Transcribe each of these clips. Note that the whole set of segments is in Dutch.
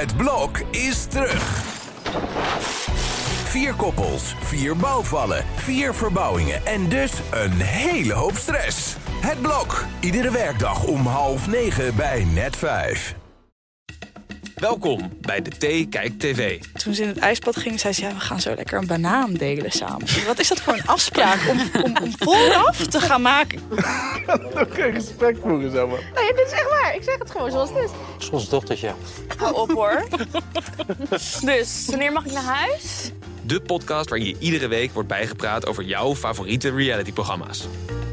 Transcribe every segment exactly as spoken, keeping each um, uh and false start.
Het blok is terug. Vier koppels, vier bouwvallen, vier verbouwingen en dus een hele hoop stress. Het blok, iedere werkdag om half negen bij Net vijf. Welkom bij de Thee Kijk T V. Toen ze in het ijsbad ging, zei ze... ja, we gaan zo lekker een banaan delen samen. Wat is dat voor een afspraak om, om, om vooraf te gaan maken? Ik had nog geen gesprek voeren, zeg maar. Nee, dit is echt waar. Ik zeg het gewoon zoals het is. Dat is ons dochtertje. Hou op hoor. Dus, wanneer mag ik naar huis? De podcast waarin je iedere week wordt bijgepraat over jouw favoriete realityprogramma's.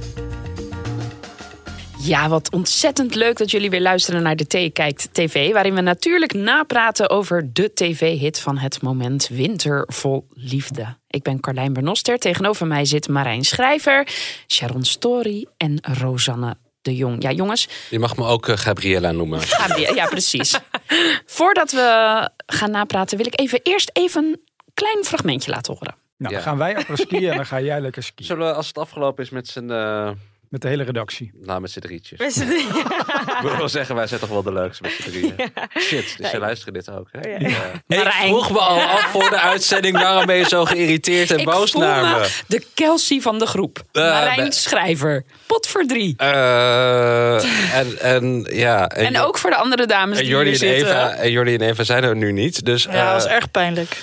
Ja, wat ontzettend leuk dat jullie weer luisteren naar de Thee Kijkt T V... waarin we natuurlijk napraten over de tv-hit van het moment Winter vol Liefde. Ik ben Carlijn Bernoster, tegenover mij zit Marijn Schrijver, Sharon Story en Rosanne de Jong. Ja, jongens. Je mag me ook uh, Gabriella noemen. Gabriella, ja, precies. Voordat we gaan napraten wil ik even eerst even een klein fragmentje laten horen. Nou, Ja. dan gaan wij op skiën en dan ga jij lekker skiën. Zullen we, als het afgelopen is met z'n... Uh, Met de hele redactie. nou, met z'n drietjes. Met z'n drieën. Ik wil wel zeggen, wij zijn toch wel de leukste met z'n drieën. Shit, dus ze luisteren dit ook, hè? Ja. Ja. Ik Marijn. vroeg me al af voor de uitzending... waarom ben je zo geïrriteerd en Ik boos voel naar me me? de Kelsey van de groep. Uh, Marijn be- Schrijver. Pot voor drie. Uh, en, en, ja, en, En ook voor de andere dames en die Jordi hier en, zitten. Eva, en Jordi en Eva zijn er nu niet. Dus, Ja, dat was uh, erg pijnlijk.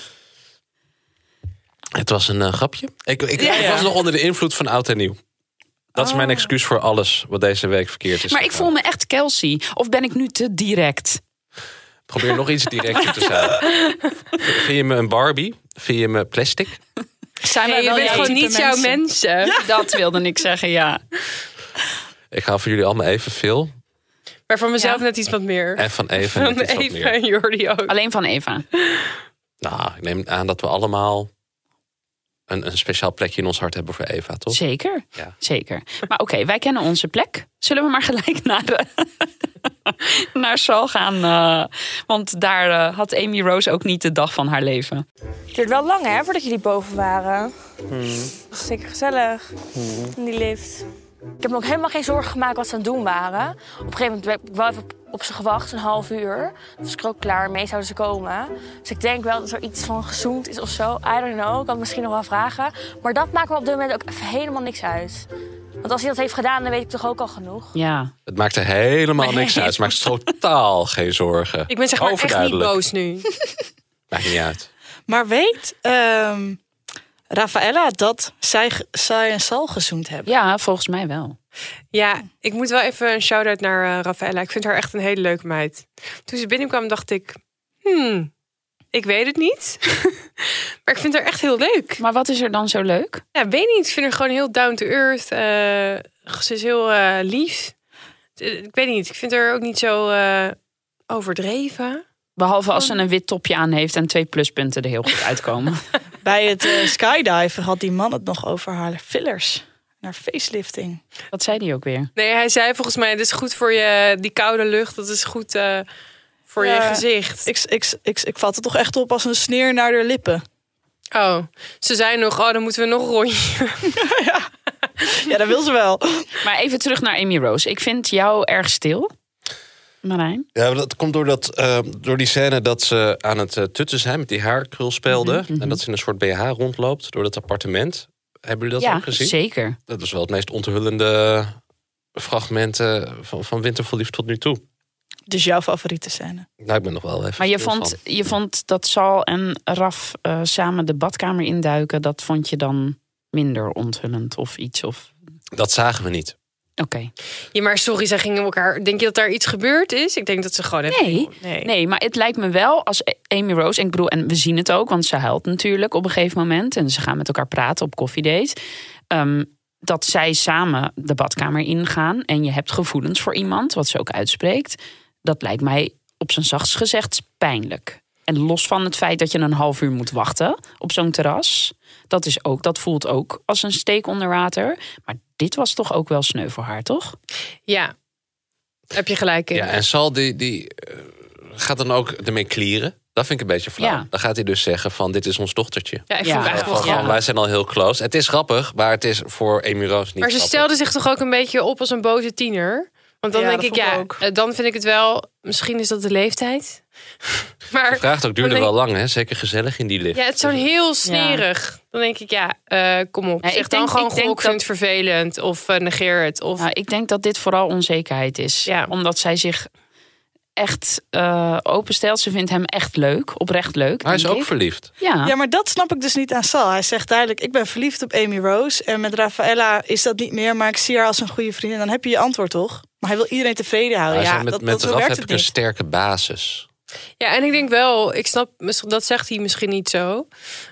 het was een uh, grapje. Ik, ik, Ja, ik ja. was nog onder de invloed van oud en nieuw. Dat is mijn excuus voor alles wat deze week verkeerd is. Maar ik gegaan. voel me echt Kelsey. Of ben ik nu te direct? Probeer nog iets directer te zijn. Vind je me een Barbie? Vind je me plastic? Zijn Nee, je bent gewoon type niet jouw mensen. Dat wilde ik zeggen, ja. Ik hou van jullie allemaal evenveel. Maar voor mezelf Ja. net iets wat meer. En van Eva Van net iets wat Eva meer. en Jordi ook. Alleen van Eva. Nou, ik neem aan dat we allemaal een, een speciaal plekje in ons hart hebben voor Eva, toch? Zeker, Ja. zeker. Maar oké, wij kennen onze plek. Zullen we maar gelijk naar, de, naar Sal gaan? Uh, want daar uh, had Amy Rose ook niet de dag van haar leven. Het duurt wel lang hè, voordat jullie boven waren. Dat was zeker gezellig. In die lift. Ik heb me ook helemaal geen zorgen gemaakt wat ze aan het doen waren. Op een gegeven moment heb ik wel even op, op ze gewacht, een half uur. Toen was ik er ook klaar mee, zouden ze komen. Dus ik denk wel dat er iets van gezoend is of zo. I don't know, ik kan misschien nog wel vragen. Maar dat maakt me op dit moment ook even helemaal niks uit. Want als hij dat heeft gedaan, dan weet ik toch ook al genoeg. Ja, Het maakt er helemaal Nee. niks uit. Het maakt totaal geen zorgen. Ik ben zeg maar echt niet Overduidelijk. boos nu. Maakt niet uit. Maar weet ehm Rafaela dat zij, zij en Sal gezoend hebben? ja, volgens mij wel. Ja, ik moet wel even een shout-out naar uh, Rafaela. Ik vind haar echt een hele leuke meid. Toen ze binnenkwam dacht ik... Hmm, ik weet het niet. Maar ik vind haar echt heel leuk. Maar wat is er dan zo leuk? Ja, weet niet. Ik vind haar gewoon heel down to earth. Uh, ze is heel uh, lief. Uh, ik weet niet. Ik vind haar ook niet zo uh, overdreven. Behalve als ze een wit topje aan heeft en twee pluspunten er heel goed uitkomen. Bij het uh, skydiven had die man het nog over haar fillers. Naar facelifting. Wat zei die ook weer? Nee, hij zei volgens mij... dit is goed voor je, die koude lucht. Dat is goed uh, voor Ja, je gezicht. Ik, ik, ik, ik vat het toch echt op als een sneer naar haar lippen. Oh, ze zei nog... oh, dan moeten we nog een rondje. ja. ja, dat wil ze wel. Maar even terug naar Amy Rose. Ik vind jou erg stil, Marijn. Ja, dat komt door, dat, uh, door die scène dat ze aan het uh, tutten zijn met die haarkrulspelden. Mm-hmm, mm-hmm. En dat ze in een soort B H rondloopt door dat appartement. Hebben jullie dat Ja, ook gezien? zeker. Dat is wel het meest onthullende fragmenten van, van Winter vol Liefde tot nu toe. Dus jouw favoriete scène? Nou, ik ben nog wel even Maar je stil vond, van. je vond dat Sal en Raf uh, samen de badkamer induiken... dat vond je dan minder onthullend of iets? Of... Dat zagen we niet. Oké. Okay. Ja, maar sorry, zij gingen elkaar... Denk je dat daar iets gebeurd is? Ik denk dat ze gewoon... Nee, nee. nee, maar het lijkt me wel als Amy Rose... en ik bedoel, en we zien het ook, want ze huilt natuurlijk op een gegeven moment... en ze gaan met elkaar praten op koffiedate... Um, dat zij samen de badkamer ingaan... en je hebt gevoelens voor iemand, wat ze ook uitspreekt... dat lijkt mij op zijn zachtst gezegd pijnlijk. En los van het feit dat je een half uur moet wachten op zo'n terras... dat, is ook, dat voelt ook als een steek onder water. Maar dit was toch ook wel sneu voor haar, toch? Ja, heb je gelijk in. Ja, en Sal die, die uh, gaat dan ook ermee klieren. Dat vind ik een beetje flauw. Ja. Dan gaat hij dus zeggen van dit is ons dochtertje. Ja, ik Ja. vond het Van, echt wel van, grappig. van, wij zijn al heel close. Het is grappig, maar het is voor Amy Rose niet Maar ze grappig. stelde zich toch ook een beetje op als een boze tiener? Want dan Ja, denk dat ik, vond ik ja, ook. eh, dan vind ik het wel... Misschien is dat de leeftijd. maar De vraag ook duurde dan wel denk- lang, hè? Zeker gezellig in die lift. Ja, het is zo'n heel snerig. Dan denk ik, ja, uh, kom op. Nee, zeg ik dan denk- gewoon, ik denk goh, ik vind dat- het vervelend. Of uh, negeer het. Of... Nou, ik denk dat dit vooral onzekerheid is. Ja. Omdat zij zich echt uh, openstelt. Ze vindt hem echt leuk, oprecht leuk. Maar hij is denk ook ik. verliefd. Ja. Ja, maar dat snap ik dus niet aan Sal. Hij zegt duidelijk, ik ben verliefd op Amy Rose. En met Rafaela is dat niet meer, maar ik zie haar als een goede vriendin. Dan heb je je antwoord, toch? Maar hij wil iedereen tevreden houden. Hij Ja, zegt, met dat, met dat, zo Raf werkt heb het ik een niet. sterke basis. Ja, en ik denk wel, ik snap, dat zegt hij misschien niet zo.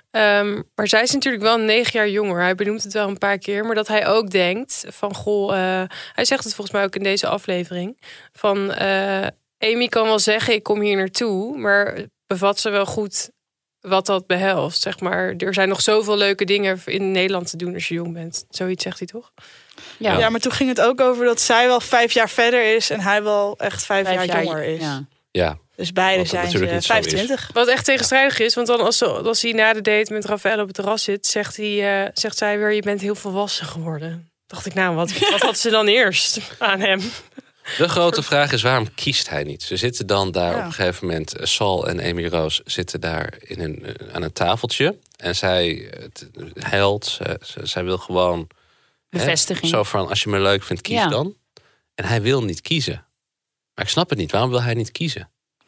Um, maar zij is natuurlijk wel negen jaar jonger. Hij benoemt het wel een paar keer. Maar dat hij ook denkt van, goh, uh, hij zegt het volgens mij ook in deze aflevering. Van, uh, Amy kan wel zeggen, ik kom hier naartoe. Maar bevat ze wel goed wat dat behelst, zeg maar. Er zijn nog zoveel leuke dingen in Nederland te doen als je jong bent. Zoiets zegt hij toch? Ja. Ja, maar toen ging het ook over dat zij wel vijf jaar verder is en hij wel echt vijf, Vijf jaar, jaar, jonger is. ja. Ja, Dus beide Wat zijn natuurlijk ze niet zo is. vijfentwintig. Wat echt tegenstrijdig is, want dan als, ze, als hij na de date met Rafael op het terras zit, zegt, hij, uh, zegt zij weer, je bent heel volwassen geworden. Dacht ik, nou, wat, wat had ze dan eerst aan hem? de grote vraag is, waarom kiest hij niet? Ze zitten dan daar Ja. op een gegeven moment... uh, Sal en Amy Rose zitten daar in een, uh, aan een tafeltje. En zij het, huilt. Ze, ze- zij wil gewoon... hè, Bevestiging. zo van, als je me leuk vindt, kies Ja. dan. En hij wil niet kiezen. Maar ik snap het niet. Waarom wil hij niet kiezen?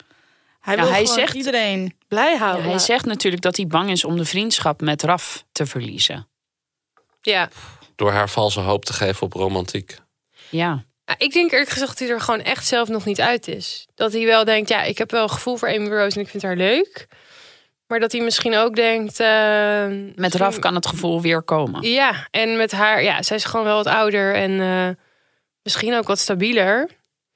Hij Ja, wil hij gewoon zegt- iedereen blij Ja, houden. hij zegt natuurlijk dat hij bang is om de vriendschap met Raf te verliezen. Ja. Door haar valse hoop te geven op romantiek. Ja. Ik denk eerlijk gezegd dat hij er gewoon echt zelf nog niet uit is. Dat hij wel denkt, ja, ik heb wel een gevoel voor Amy Rose en ik vind haar leuk. Maar dat hij misschien ook denkt... uh, Met Raf kan het gevoel weer komen. Ja, en met haar, ja, zij is gewoon wel wat ouder en uh, misschien ook wat stabieler.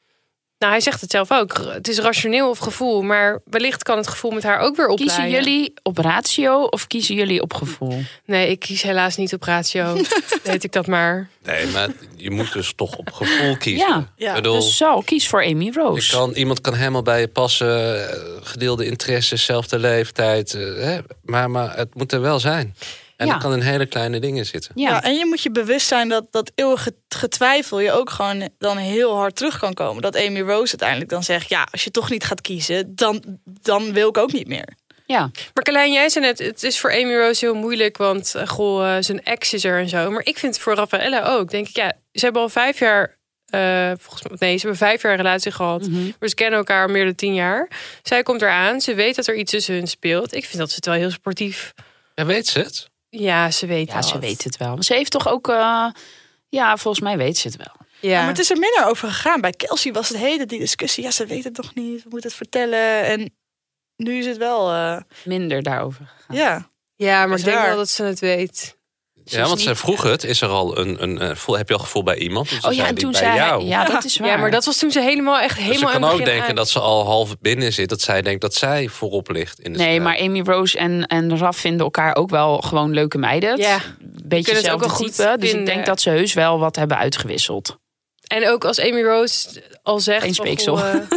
Nou, hij zegt het zelf ook. Het is rationeel of gevoel, maar wellicht kan het gevoel met haar ook weer opleiden. Kiezen jullie op ratio of kiezen jullie op gevoel? Nee, ik kies helaas niet op ratio. Weet ik dat maar. Nee, maar je moet dus toch op gevoel kiezen. Ja, Ja, Ik bedoel, dus zo, kies voor Amy je Rose. kan, iemand kan helemaal bij je passen. eh, Gedeelde interesses, zelfde leeftijd. eh, Hè, maar, maar het moet er wel zijn. En Ja. dat kan in hele kleine dingen zitten. Ja. Ja, en je moet je bewust zijn dat dat eeuwige getwijfel je ook gewoon dan heel hard terug kan komen. Dat Amy Rose uiteindelijk dan zegt, ja, als je toch niet gaat kiezen, dan, dan wil ik ook niet meer. ja. Maar Carlijn, jij zei net, het is voor Amy Rose heel moeilijk, want uh, goh, uh, zijn ex is er en zo. Maar ik vind het voor Rafaela ook. Denk ik, ja, ze hebben al vijf jaar, uh, volgens mij, nee, ze hebben vijf jaar een relatie gehad. Mm-hmm. Maar ze kennen elkaar al meer dan tien jaar. Zij komt eraan, ze weet dat er iets tussen hun speelt. Ik vind dat ze het wel heel sportief. Ja, weet ze het? Ja, ze weet Ja, dat. ze weet het wel. Maar ze heeft toch ook... uh, ja, volgens mij weet ze het wel. Ja. Ja, maar het is er minder over gegaan. Bij Kelsey was het hele die discussie. Ja, ze weet het nog niet. We moeten het vertellen. En nu is het wel... Uh, Minder daarover gegaan. ja. ja, maar Is ik denk raar. wel dat ze het weet. Ze Ja, is want niet- ze vroeg het. Is er al een, een, een voel, heb je al gevoel bij iemand? Dus Oh ja, en toen zei hij... Ja, dat is waar. Ja, maar dat was toen ze helemaal echt Dus helemaal ze aan kan het ook begin denken aan- dat ze al half binnen zit. Dat zij denkt dat zij voorop ligt in de Nee, strijd. maar Amy Rose en, en Raf vinden elkaar ook wel gewoon leuke meiden. Ja. Een beetje kunnen het ook hetzelfde wel goed type. Dus ik vinden. denk dat ze heus wel wat hebben uitgewisseld. En ook als Amy Rose al zegt... Geen van, speeksel. goh, uh,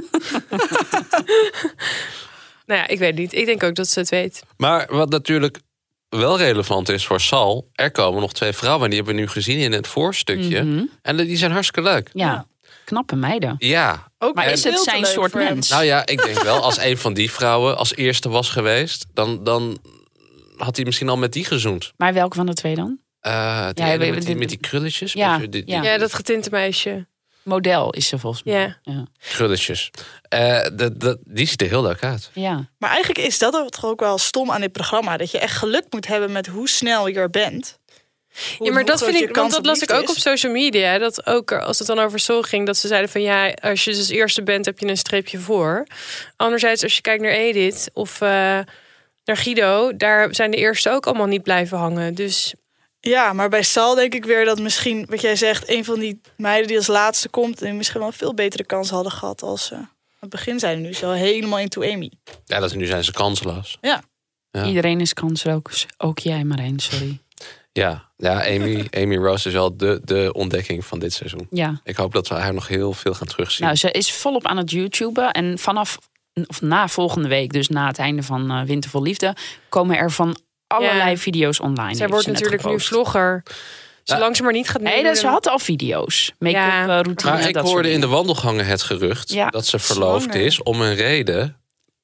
nou ja, ik weet niet. Ik denk ook dat ze het weet. Maar wat natuurlijk wel relevant is voor Sal... er komen nog twee vrouwen. Die hebben we nu gezien in het voorstukje. Mhm. En die zijn hartstikke leuk. Ja, Ja. knappe meiden. Ja. Ook Maar En- is het veel te zijn leuk soort voor hem. mens? Nou ja, ik denk wel, als een van die vrouwen als eerste was geweest... dan, dan had hij misschien al met die gezoend. Maar welke van de twee dan? Uh, die Ja, ene we- met, die, dit- met die krulletjes. Ja, Beetje die, die- ja. Ja, dat getinte meisje. Model is ze volgens mij. Ja. Ja. krulletjes. Uh, de, de, die ziet er heel leuk uit. Ja. Maar eigenlijk is dat toch ook wel stom aan dit programma. Dat je echt geluk moet hebben met hoe snel je er bent. Hoe- Ja, maar hoe dat groot vind je ik, kans want dat op las ik liefde ook is. op social media. Dat ook als het dan over Sol ging, dat ze zeiden van ja, als je dus eerste bent, heb je een streepje voor. Anderzijds, als je kijkt naar Edith of uh, naar Guido, daar zijn de eerste ook allemaal niet blijven hangen. Dus Ja, maar bij Sal denk ik weer dat misschien, wat jij zegt, een van die meiden die als laatste komt, en misschien wel een veel betere kans hadden gehad als ze. Aan het begin zijn nu zo helemaal into Amy. Ja, dat, nu zijn ze kansloos. Ja. Ja. Iedereen is kansloos. Ook jij, Marijn, sorry. Ja, ja Amy, Amy Rose is wel de, de ontdekking van dit seizoen. Ja. Ik hoop dat we haar nog heel veel gaan terugzien. Nou, ze is volop aan het YouTuben. En vanaf, of na volgende week, dus na het einde van uh, Winter vol Liefde, komen er van allerlei Ja. video's online. zij heeft wordt ze net natuurlijk nu gepost. vlogger. Zolang Ja. ze maar niet gaat Nee, meedoen. dat, ze had al video's. Make-up, Ja. uh, routine, maar ik dat hoorde soort in de dingen. wandelgangen het gerucht Ja. dat ze verloofd Zwanger. is om een reden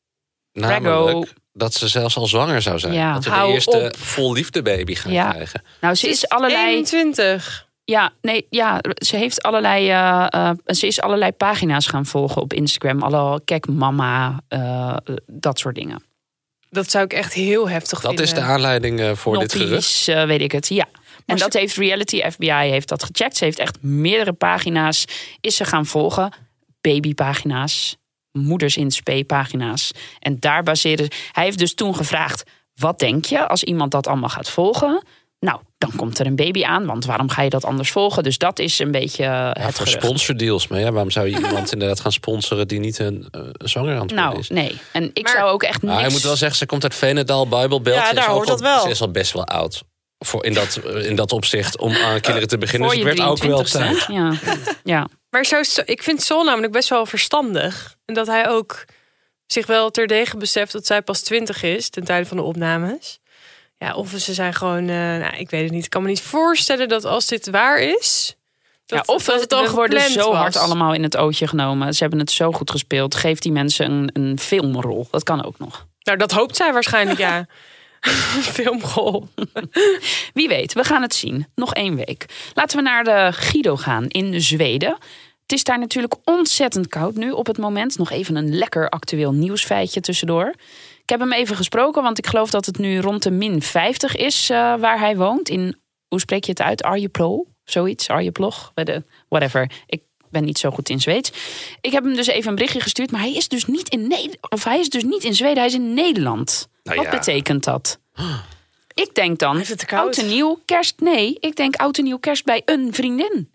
Namelijk dat ze zelfs al zwanger zou zijn. Ja. Dat we de Hou eerste op. vol liefde baby gaan Ja. krijgen. Nou, ze is allerlei... eenentwintig. Ja, nee, ja, ze heeft allerlei, uh, uh, ze is allerlei pagina's gaan volgen op Instagram. Alle kijk mama, uh, dat soort dingen. Dat zou ik echt heel heftig Dat vinden. is de aanleiding uh, voor dit gerucht. Noppies, uh, weet ik het, ja. En ze- dat heeft Reality F B I heeft dat gecheckt. Ze heeft echt meerdere pagina's is ze gaan volgen. Babypagina's, moeders in spe pagina's. En daar baseren ze... Hij heeft dus toen gevraagd, wat denk je als iemand dat allemaal gaat volgen? Nou, dan komt er een baby aan, want waarom ga je dat anders volgen? Dus dat is een beetje uh, Ja, het voor gerucht. sponsordeals. Maar ja, waarom zou je iemand inderdaad gaan sponsoren die niet een uh, zwanger aan het worden Nou, is? nee. En ik Maar- zou ook echt niks... Maar je moet wel zeggen, ze komt uit Veenendaal, Bijbelbelt. Ja, Ze is daar ook hoort al- dat wel. Ze is al best wel oud. Voor in, dat, in dat opzicht om aan kinderen te beginnen. voor Dus je het werd ook wel drieëntwintigste, tijd. hè? Ja, ja. Maar zo, ik vind Sol namelijk best wel verstandig. En dat hij ook zich wel terdege beseft dat zij pas twintig is ten tijde van de opnames. Ja, of ze zijn gewoon, uh, nou, ik weet het niet. Ik kan me niet voorstellen dat als dit waar is... Dat, Ja, of dat het dan worden gepland zo was. hard allemaal in het ootje genomen. Ze hebben het zo goed gespeeld. Geef die mensen een, een filmrol. Dat kan ook nog. Nou, dat hoopt zij waarschijnlijk, ja. Filmrol. Wie weet, we gaan het zien. Nog één week. Laten we naar de Guido gaan in Zweden. Het is daar natuurlijk ontzettend koud nu op het moment. Nog even een lekker actueel nieuwsfeitje tussendoor. Ik heb hem even gesproken, want ik geloof dat het nu rond de min vijftig is uh, waar hij woont. In, hoe spreek je het uit? Arjeplog? Zoiets, Arjeplog? Whatever. Ik ben niet zo goed in Zweeds. Ik heb hem dus even een berichtje gestuurd, maar hij is dus niet in, Neder- of hij is dus niet in Zweden, hij is in Nederland. Nou Wat ja. betekent dat? Ik denk dan, Heeft het te koud? oud en nieuw, kerst. Nee, ik denk oud en nieuw kerst bij een vriendin.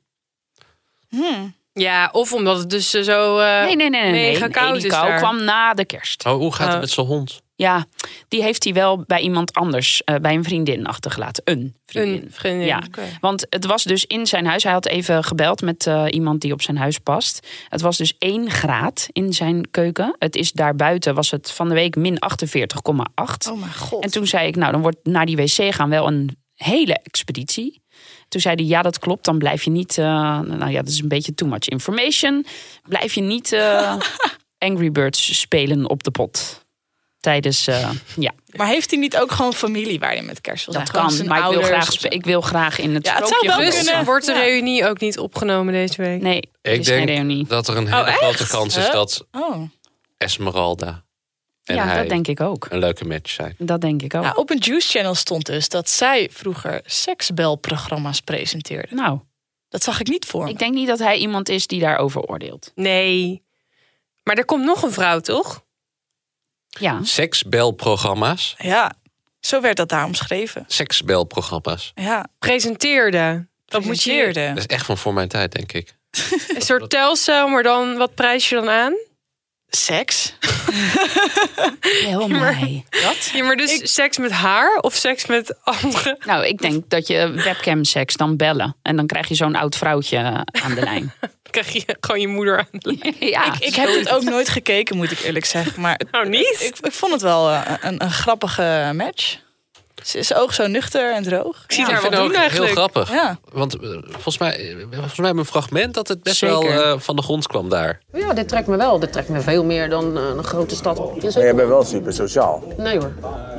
Ja, of omdat het dus zo uh, Nee, nee, nee, nee. mega nee, koud nee, die is kou daar. kwam na de kerst. Oh, hoe gaat het Oh. met zijn hond? Ja, die heeft hij wel bij iemand anders, uh, bij een vriendin achtergelaten. Een vriendin. Een vriendin. Ja, Oké. want het was dus in zijn huis. Hij had even gebeld met uh, iemand die op zijn huis past. Het was dus één graad in zijn keuken. Het is daarbuiten, was het van de week min achtenveertig komma acht. Oh mijn god. En toen zei ik, nou dan wordt naar die wc gaan wel een hele expeditie. Toen zei hij, ja dat klopt, dan blijf je niet... Uh, nou ja, dat is een beetje too much information. Blijf je niet uh, Angry Birds spelen op de pot. Tijdens, uh, ja, Maar heeft hij niet ook gewoon familie waar hij met kerst wil dat zijn? Gewoon kan. zijn Maar ik wil, ouders graag, of zo? spe- ik wil graag in het Ja, het zou sprookje wel van- Dus kunnen. wordt de Ja. reunie ook niet opgenomen deze week? Nee, het Ik is geen denk reunie. dat er een hele Oh, echt? grote kans is Huh? dat Oh. Esmeralda en Ja, hij dat denk ik ook. een leuke match zijn. Dat denk ik ook. Ja, op een Juice Channel stond dus dat zij vroeger seksbelprogramma's presenteerde. Nou, Dat zag ik niet voor me. ik denk niet dat hij iemand is die daarover oordeelt. Nee. Maar er komt nog een vrouw, toch? Ja, Seksbelprogramma's. Ja, zo werd dat daar omschreven. Seksbelprogramma's. Ja, Presenteerde. Wat moet je hier? presenteerde. Dat is echt van voor mijn tijd, denk ik. Een soort telcel, maar dan wat prijs je dan aan? Seks? heel mij. Wat? Ja, maar dus seks met haar of seks met andere? Nou, ik denk dat je webcam seks dan bellen. En dan krijg je zo'n oud vrouwtje aan de lijn. Dan krijg je gewoon je moeder aan de lijn. Ja, Ik heb het ook nooit gekeken, moet ik eerlijk zeggen. Maar het- Nou, niet? ik, ik vond het wel eh, een, een grappige match. Ze is oog zo nuchter en droog. Ik zie Ja. haar Ik wel vind het doen ook heel eigenlijk. grappig. Ja. Want eh, volgens mij, eh, volgens mij hebben we een fragment dat het best Zeker. wel eh, van de grond kwam daar. Ja, dit trekt me wel. Dit trekt me veel meer dan uh, een grote stad. Ja, Maar zeker. jij bent wel super sociaal. Nee hoor.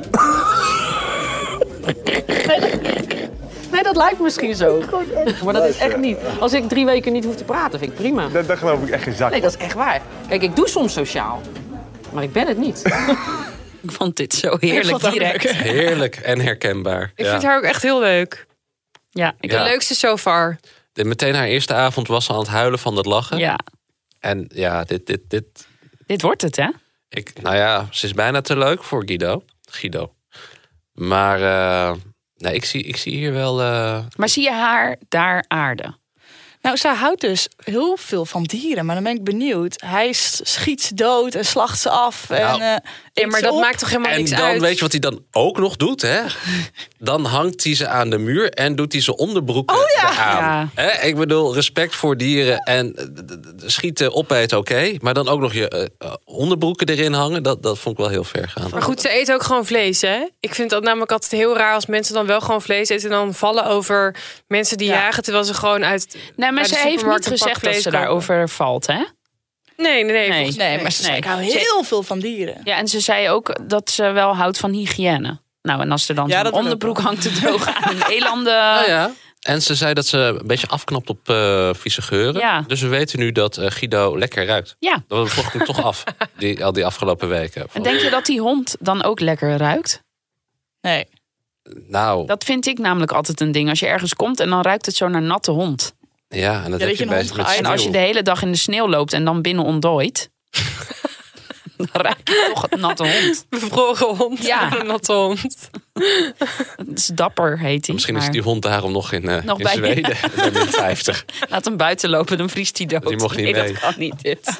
Nee, dat lijkt misschien zo. Maar dat is echt niet. Als ik drie weken niet hoef te praten, vind ik prima. Dat, dat geloof ik echt geen zak. Nee, dat is echt waar. Kijk, ik doe soms sociaal. Maar ik ben het niet. Ik vond dit zo Ik heerlijk vond het ook direct. leuk. Heerlijk en herkenbaar. Ik Ja. vind haar ook echt heel leuk. Ja, ik, Ja. De leukste so far. De, meteen haar eerste avond was ze aan het huilen van het lachen. ja, En ja, dit, dit, dit. dit wordt het, hè? Ik, nou ja, ze is bijna te leuk voor Guido. Guido. Maar uh, nee, ik, zie, ik zie hier wel... Uh... Maar zie je haar daar aarden? Nou, zij houdt dus heel veel van dieren. Maar dan ben ik benieuwd. Hij s- schiet ze dood en slacht ze af. Nou, en, uh, Ja, eet maar ze dat op. maakt toch helemaal En niks dan, uit? weet je wat hij dan ook nog doet, hè? Dan hangt hij ze aan de muur en doet hij ze onderbroeken aan. Ja. Hè? Ik bedoel, respect voor dieren en eh, d- d- d- schieten, opeten, oké. Maar dan ook nog je eh, onderbroeken erin hangen, dat, dat vond ik wel heel ver gaan. Maar goed, ze eet ook gewoon vlees, hè? Ik vind dat namelijk altijd heel raar als mensen dan wel gewoon vlees eten... en dan vallen over mensen die Ja. jagen... terwijl ze gewoon uit Nee, maar bij de ze heeft supermarkt niet een pak gezegd dat vlees ze kopen. daarover valt, hè? Nee, nee, nee. Nee, volgens- Nee, maar ze zei, ik hou heel veel van dieren. Ja, en ze zei ook dat ze wel houdt van hygiëne. Nou, en als er dan Ja, zo'n dat wil ik onderbroek ook. hangt te drogen aan een elanden... Nou ja. En ze zei dat ze een beetje afknapt op uh, vieze geuren. Ja. Dus we weten nu dat uh, Guido lekker ruikt. Ja. Dat vroeg ik hem toch af, die, al die afgelopen weken. En denk je dat die hond dan ook lekker ruikt? Nee. Nou, Dat vind ik namelijk altijd een ding. Als je ergens komt en dan ruikt het zo naar natte hond. ja, en dat Ja, heb dat je je een bij hond met geëist. En als je sneeuw. de hele dag in de sneeuw loopt en dan binnen ontdooit... dan ruik je toch het natte hond. Bevroren hond. Ja. Een natte hond. Dat is dapper, heet hij. Misschien is maar die hond daarom nog in, uh, Nog in bij- Zweden. In de vijftig. Laat hem buiten lopen, dan vriest hij dood. Die mocht niet nee, mee. dat kan niet, dit.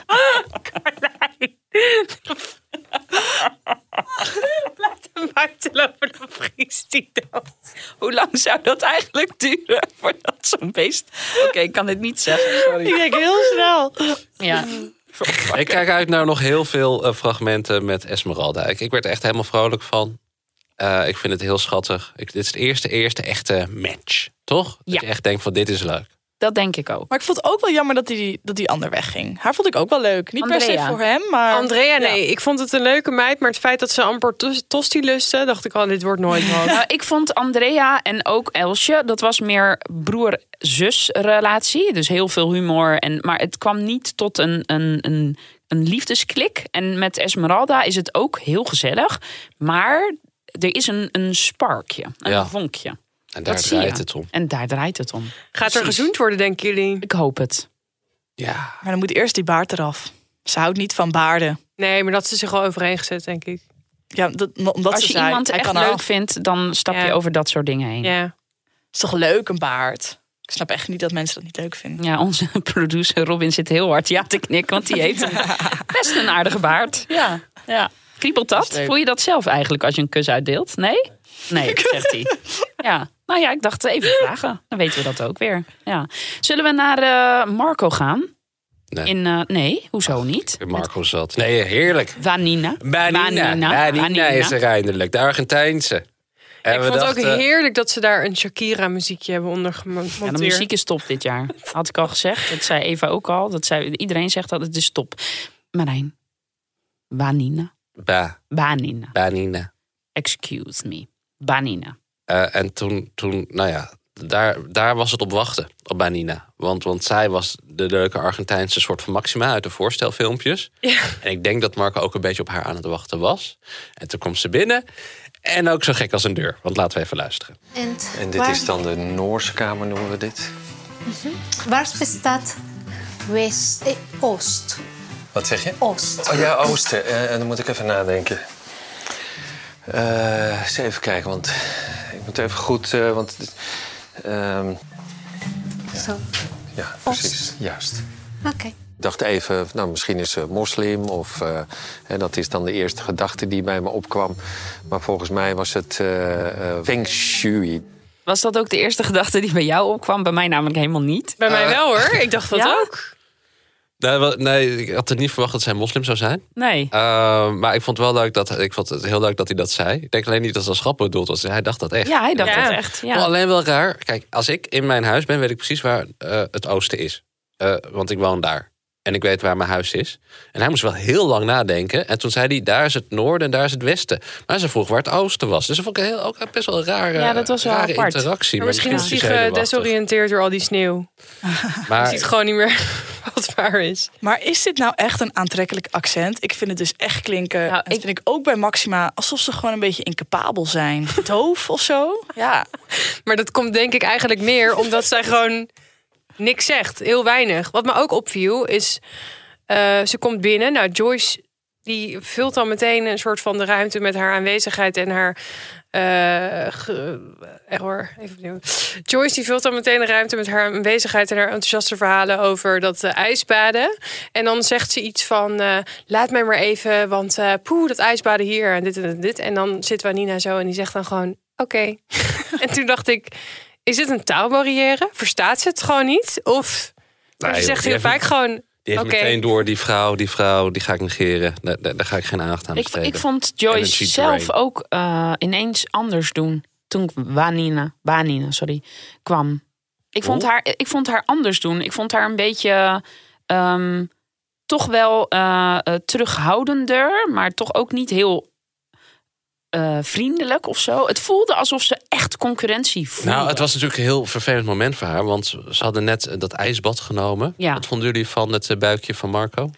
Laat hem buiten lopen, dan vriest hij dood. Hoe lang zou dat eigenlijk duren voordat zo'n beest... Oké, ik kan dit niet zeggen, sorry. Ik denk heel snel. Ja. Ik kijk uit naar nog heel veel uh, fragmenten met Esmeralda. Ik, ik werd er echt helemaal vrolijk van. Uh, ik vind het heel schattig. Ik, dit is de eerste, eerste echte match, toch? Dat Ja. je echt denkt van dit is leuk. Dat denk ik ook. Maar ik vond het ook wel jammer dat die, dat die ander wegging. Haar vond ik ook wel leuk. Niet per se Andrea. voor hem, maar... Andrea, nee. Ja. Ik vond het een leuke meid. Maar het feit dat ze amper tos- tosti lustte, dacht ik al, dit wordt nooit wat. Nou, ik vond Andrea en ook Elsje, dat was meer broer-zus relatie. Dus heel veel humor. En, maar het kwam niet tot een, een, een, een liefdesklik. En met Esmeralda is het ook heel gezellig. Maar er is een, een sparkje, een Ja. vonkje. En daar Dat zie draait je. het om. En daar draait het om. Gaat er Precies. gezoend worden, denken jullie? Ik hoop het. Ja. Maar dan moet eerst die baard eraf. Ze houdt niet van baarden. Nee, maar dat ze zich al overheen gezet, denk ik. Ja, dat, omdat Als ze je zei, iemand hij echt kan leuk af. vindt, dan stap je Ja. over dat soort dingen heen. Ja. Is toch leuk, een baard? Ik snap echt niet dat mensen dat niet leuk vinden. Ja, onze producer Robin zit heel hard ja te knikken, want die heeft een, best een aardige baard. Ja, ja. Kriebelt dat? leuk. Voel je dat zelf eigenlijk als je een kus uitdeelt? Nee? Nee, zegt hij. Ja, nou ja, ik dacht even vragen. Dan weten we dat ook weer. Ja. Zullen we naar eh, Marco gaan? Nee. In, eh, nee, hoezo niet? Marco zat. Nee, heerlijk. Vanina. Banina. Banina is er eindelijk. De Argentijnse. En Ik we vond het dachten, ook heerlijk dat ze daar een Shakira-muziekje hebben onder gemonteerd. Ja, de muziek is top dit jaar. Had ik al gezegd. Dat zei Eva ook al. Dat zei, iedereen zegt dat het is top. Marijn. Vanina. Ba, Vanina. Banina. Excuse me. Vanina. Uh, en toen, toen, nou ja, daar, daar was het op wachten, op Banina. Want, want zij was de leuke Argentijnse soort van Maxima uit de voorstelfilmpjes. Ja. En ik denk dat Marco ook een beetje op haar aan het wachten was. En toen komt ze binnen. En ook zo gek als een deur. Want laten we even luisteren. En, En dit waar, is dan de Noorse kamer, noemen we dit. waar bestaat West, eh, Oost? Wat zeg je? Oost. Oh ja, Oosten. Uh, dan moet ik even nadenken. Uh, eens even kijken, want ik moet even goed... Uh, want, uh, Zo. ja, precies. Juist. Oké. Okay. Ik dacht even, nou, misschien is ze moslim of uh, hè, dat is dan de eerste gedachte die bij me opkwam. Maar volgens mij was het uh, uh, Feng Shui. Was dat ook de eerste gedachte die bij jou opkwam? Bij mij namelijk helemaal niet. Bij mij wel hoor, ik dacht dat Ja? ook. Nee, wel, nee, ik had er niet verwacht dat zij moslim zou zijn. Nee. Uh, maar ik vond wel leuk dat ik vond het heel leuk dat hij dat zei. Ik denk alleen niet dat het als grap bedoeld was. Hij dacht dat echt. Ja, hij dacht Ja. dat echt. Ja. Maar alleen wel raar. Kijk, als ik in mijn huis ben, weet ik precies waar uh, het oosten is. Uh, want ik woon daar. En ik weet waar mijn huis is. En hij moest wel heel lang nadenken. En toen zei hij, daar is het noorden en daar is het westen. Maar ze vroeg waar het oosten was. Dus dat vond ik heel, ook best wel een rare, Ja, dat was wel rare apart. interactie. Maar misschien is moest hij hij zenuwachtig. gedesoriënteerd door al die sneeuw. Maar Hij ziet gewoon niet meer wat waar is. Maar is dit nou echt een aantrekkelijk accent? Ik vind het dus echt klinken. Nou, dat ik- vind ik ook bij Maxima alsof ze gewoon een beetje incapabel zijn. Doof of zo? Ja. Maar dat komt denk ik eigenlijk meer omdat zij gewoon niks zegt. Heel weinig. Wat me ook opviel is... Uh, ze komt binnen. Nou, Joyce die vult dan meteen een soort van de ruimte met haar aanwezigheid en haar... Uh, ge, echt hoor, even opnieuw. Joyce die vult dan meteen de ruimte met haar aanwezigheid en haar enthousiaste verhalen over dat uh, ijsbaden. En dan zegt ze iets van, uh, laat mij maar even, want uh, poeh, dat ijsbaden hier en dit en dit. En dan zit Vanina zo en die zegt dan gewoon, oké. Okay. En toen dacht ik, is dit een taalbarrière? Verstaat ze het gewoon niet? Of Nee, ze joh, zegt die heel heeft- vaak gewoon... Die heeft Oké. meteen door, die vrouw, die vrouw, die ga ik negeren. Daar, daar, daar ga ik geen aandacht aan Ik, besteden. ik vond Energy Joyce zelf drain. ook uh, ineens anders doen. Toen Vanina, Vanina, sorry, kwam. Ik vond, Oh. haar, ik vond haar anders doen. Ik vond haar een beetje... Um, toch wel uh, uh, terughoudender, maar toch ook niet heel uh, vriendelijk of zo. Het voelde alsof ze echt concurrentie voelden. Nou, het was natuurlijk een heel vervelend moment voor haar, want ze hadden net dat ijsbad genomen. Ja. Wat vonden jullie van het uh, buikje van Marco?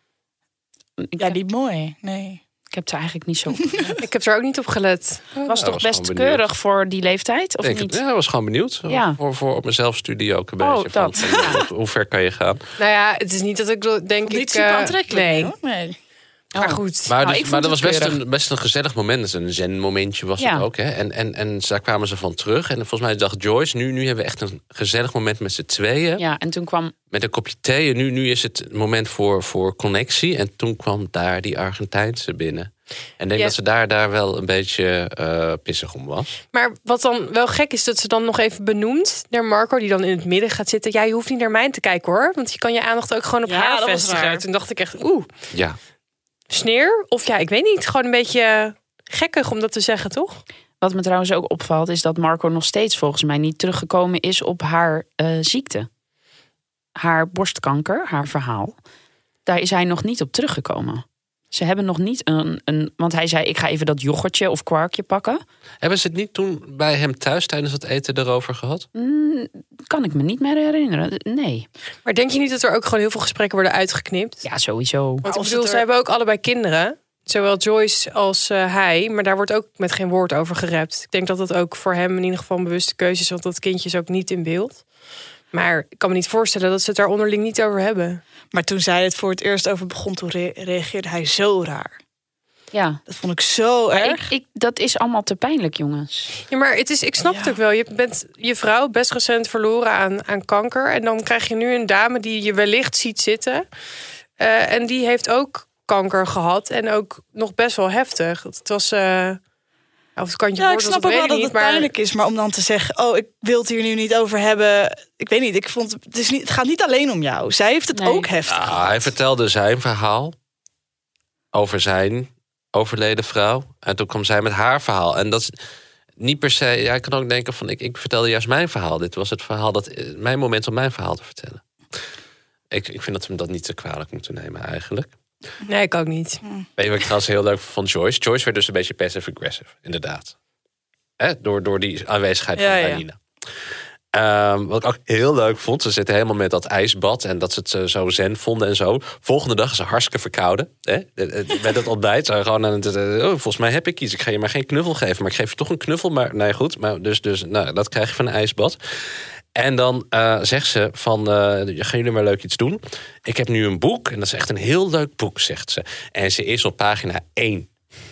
Ja, niet mooi. Nee. Ik heb er eigenlijk niet zo op gelet. Ik heb er ook niet op gelet. Het was ja, toch was best keurig voor die leeftijd, of ik, niet? Ja, ik was gewoon benieuwd. Ja. Voor, voor op mezelf studie ook een oh, beetje. Dat. Van, ja. Hoe ver kan je gaan? Nou ja, het is niet dat ik denk ik... Niet super aantrekkelijk. Nee. Hoor. nee. Maar goed. Maar, nou, dus, maar dat was best een, best een gezellig moment. Een zen-momentje was ja. het ook. Hè? En, en, en daar kwamen ze van terug. En volgens mij dacht Joyce, nu, nu hebben we echt een gezellig moment met z'n tweeën. Ja, en toen kwam... Met een kopje thee. En nu, nu is het moment voor, voor connectie. En toen kwam daar die Argentijnse binnen. En ik denk ja. dat ze daar, daar wel een beetje uh, pissig om was. Maar wat dan wel gek is, dat ze dan nog even benoemt naar Marco, die dan in het midden gaat zitten. Ja, je hoeft niet naar mij te kijken hoor. Want je kan je aandacht ook gewoon op ja, haar vestigen. Toen dacht ik echt, oeh. Ja. Sneer? Of ja, ik weet niet. Gewoon een beetje gekkig om dat te zeggen, toch? Wat me trouwens ook opvalt, is dat Marco nog steeds volgens mij niet teruggekomen is op haar uh, ziekte. Haar borstkanker, haar verhaal. Daar is hij nog niet op teruggekomen. Ze hebben nog niet een, een... Want hij zei, ik ga even dat yoghurtje of kwarkje pakken. Hebben ze het niet toen bij hem thuis tijdens het eten erover gehad? Mm, kan ik me niet meer herinneren. Nee. Maar denk je niet dat er ook gewoon heel veel gesprekken worden uitgeknipt? Ja, sowieso. Want ik bedoel, er... ze hebben ook allebei kinderen. Zowel Joyce als uh, hij. Maar daar wordt ook met geen woord over gerept. Ik denk dat dat ook voor hem in ieder geval een bewuste keuze is. Want dat kindje is ook niet in beeld. Maar ik kan me niet voorstellen dat ze het daar onderling niet over hebben. Maar toen zij het voor het eerst over begon, toen re- reageerde hij zo raar. Ja. Dat vond ik zo maar erg. Ik, ik, dat is allemaal te pijnlijk, jongens. Ja, maar het is, ik snap ja. het ook wel. Je bent je vrouw best recent verloren aan, aan kanker. En dan krijg je nu een dame die je wellicht ziet zitten. Uh, en die heeft ook kanker gehad. En ook nog best wel heftig. Het was... Uh, Of het kantje ja, woord, ik snap dat ook wel dat niet, het maar... pijnlijk is. Maar om dan te zeggen, oh, ik wil het hier nu niet over hebben. Ik weet niet, ik vond het, is niet, het gaat niet alleen om jou. Zij heeft het nee. ook heftig. Ja, hij vertelde zijn verhaal over zijn overleden vrouw. En toen kwam zij met haar verhaal. En dat is niet per se... Ja, ik kan ook denken van, ik, ik vertelde juist mijn verhaal. Dit was het verhaal, dat mijn moment om mijn verhaal te vertellen. Ik, ik vind dat we dat niet te kwalijk moeten nemen eigenlijk. Nee, ik ook niet. Weet je wat ik trouwens heel leuk vond van Joyce? Joyce werd dus een beetje passive-aggressive, inderdaad. Hè? Door, door die aanwezigheid ja, van Danina. Ja. Um, wat ik ook heel leuk vond, ze zitten helemaal met dat ijsbad en dat ze het zo zen vonden en zo. Volgende dag is ze hartstikke verkouden. Hè? Met het ontbijt. Ze gewoon aan het, oh, volgens mij heb ik iets. Ik ga je maar geen knuffel geven, maar ik geef je toch een knuffel. Maar nee, goed. Maar dus, dus nou, dat krijg je van een ijsbad. En dan uh, zegt ze van, uh, gaan jullie maar leuk iets doen? Ik heb nu een boek en dat is echt een heel leuk boek, zegt ze. En ze is op pagina één.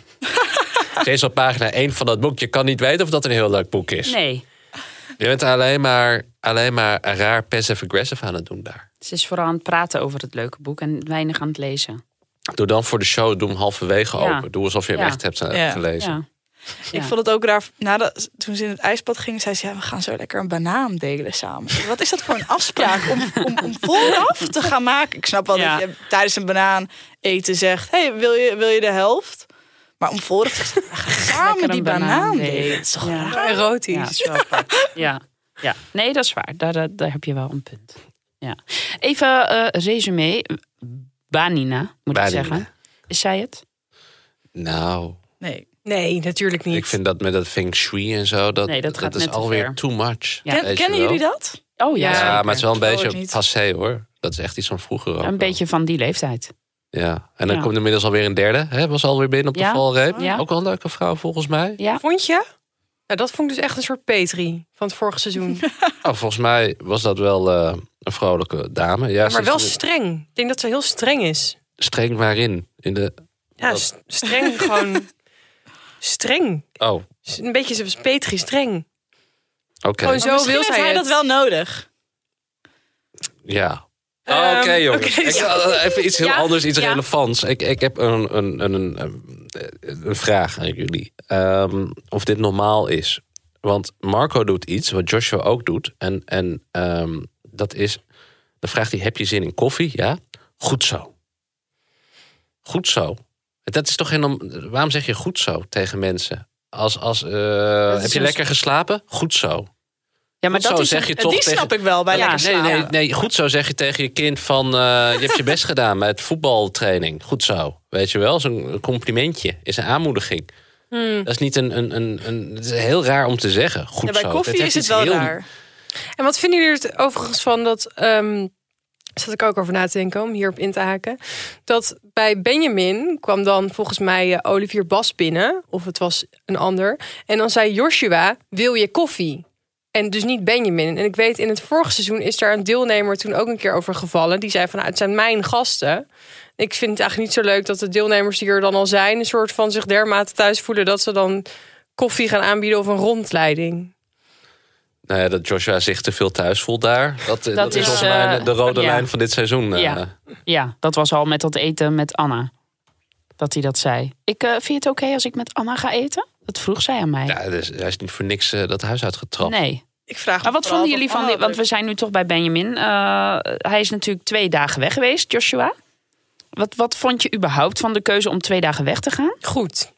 Ze is op pagina één van dat boek. Je kan niet weten of dat een heel leuk boek is. Nee. Je bent alleen maar, alleen maar raar passive-aggressive aan het doen daar. Ze is vooral aan het praten over het leuke boek en weinig aan het lezen. Doe dan voor de show, doe hem halverwege ja. open. Doe alsof je hem ja. echt hebt uh, ja. gelezen. Ja. Ja. Ik vond het ook raar. Nadat, toen ze in het ijsbad gingen, zei ze, ja, we gaan zo lekker een banaan delen samen. Wat is dat voor een afspraak om, om, om vooraf te gaan maken? Ik snap wel ja. dat je tijdens een banaan eten zegt, hey, wil je, wil je de helft? Maar om vooraf te zeggen, we gaan samen die banaan, banaan delen. delen. Het is toch ja. raar erotisch. Ja, is wel ja. ja, nee, dat is waar. Daar, daar, daar heb je wel een punt. Ja. Even uh, resume. Banina, moet Banina. ik zeggen. Is zij het? Nou... Nee. Nee, natuurlijk niet. Ik vind dat met dat feng shui en zo, dat, nee, dat, dat is alweer ver. too much. Ja. Ken, kennen jullie dat? Oh ja, ja maar het is wel een beetje passé hoor. Dat is echt iets van vroeger ook. Een beetje van die leeftijd. Ja, en dan ja. komt inmiddels alweer een derde. Hè? Was alweer binnen op de ja. valreep. Ja. Ook wel een leuke vrouw volgens mij. Ja. Vond je? Nou, dat vond ik dus echt een soort Petri van het vorige seizoen. Oh, volgens mij was dat wel uh, een vrolijke dame. Ja, ja, maar wel streng. Ik denk dat ze heel streng is. Streng waarin? In de... Ja, st- streng gewoon... Streng. Oh. Een beetje zoals Petri streng. Oké. Okay. Gewoon zo wil zij hij dat wel nodig. Ja. Um, Oké, okay, jongens. Okay. Ik, even iets heel ja? anders, iets ja? relevants. Ik, ik heb een, een, een, een, een vraag aan jullie. Um, of dit normaal is. Want Marco doet iets wat Joshua ook doet. En, en um, dat is... Dan vraagt hij, heb je zin in koffie? Ja. Goed zo. Goed zo. Dat is toch geen... Waarom zeg je goed zo tegen mensen? Als, als, uh, heb je lekker geslapen? Goed zo. Ja, maar Goed dat zo is zeg een- je toch Die tegen... snap ik wel bij Ja, lekker Nee, nee, slapen. nee, goed zo zeg je tegen je kind van... eh, je hebt je best gedaan bij het voetbaltraining. Goed zo, weet je wel. Zo'n complimentje is een aanmoediging. Hmm. Dat is niet een... een, een, een het is heel raar om te zeggen. Goed Ja, bij zo. koffie Dat is heeft het iets wel heel- raar. En wat vinden jullie er overigens van dat... Um, zat ik ook over na te denken om hierop in te haken. Dat bij Benjamin kwam dan volgens mij uh, Olivier Bas binnen. Of het was een ander. En dan zei Joshua, wil je koffie? En dus niet Benjamin. En ik weet, in het vorige seizoen is daar een deelnemer toen ook een keer over gevallen. Die zei van, nou, het zijn mijn gasten. Ik vind het eigenlijk niet zo leuk dat de deelnemers die er dan al zijn... een soort van zich dermate thuis voelen... dat ze dan koffie gaan aanbieden of een rondleiding. Nou ja, dat Joshua zich te veel thuis voelt daar. Dat, dat, dat is is, volgens mij uh, de rode ja. lijn van dit seizoen. uh. Ja. ja, dat was al met dat eten met Anna. Dat hij dat zei. Ik, uh, vind je het oké als ik met Anna ga eten? Dat vroeg zij aan mij. Ja, dus, hij is niet voor niks uh, dat huis uitgetrapt. Nee. Ik vraag Maar wat vonden jullie van dit? Want we zijn nu toch bij Benjamin. Uh, hij is natuurlijk twee dagen weg geweest, Joshua. Wat, wat vond je überhaupt van de keuze om twee dagen weg te gaan? Goed.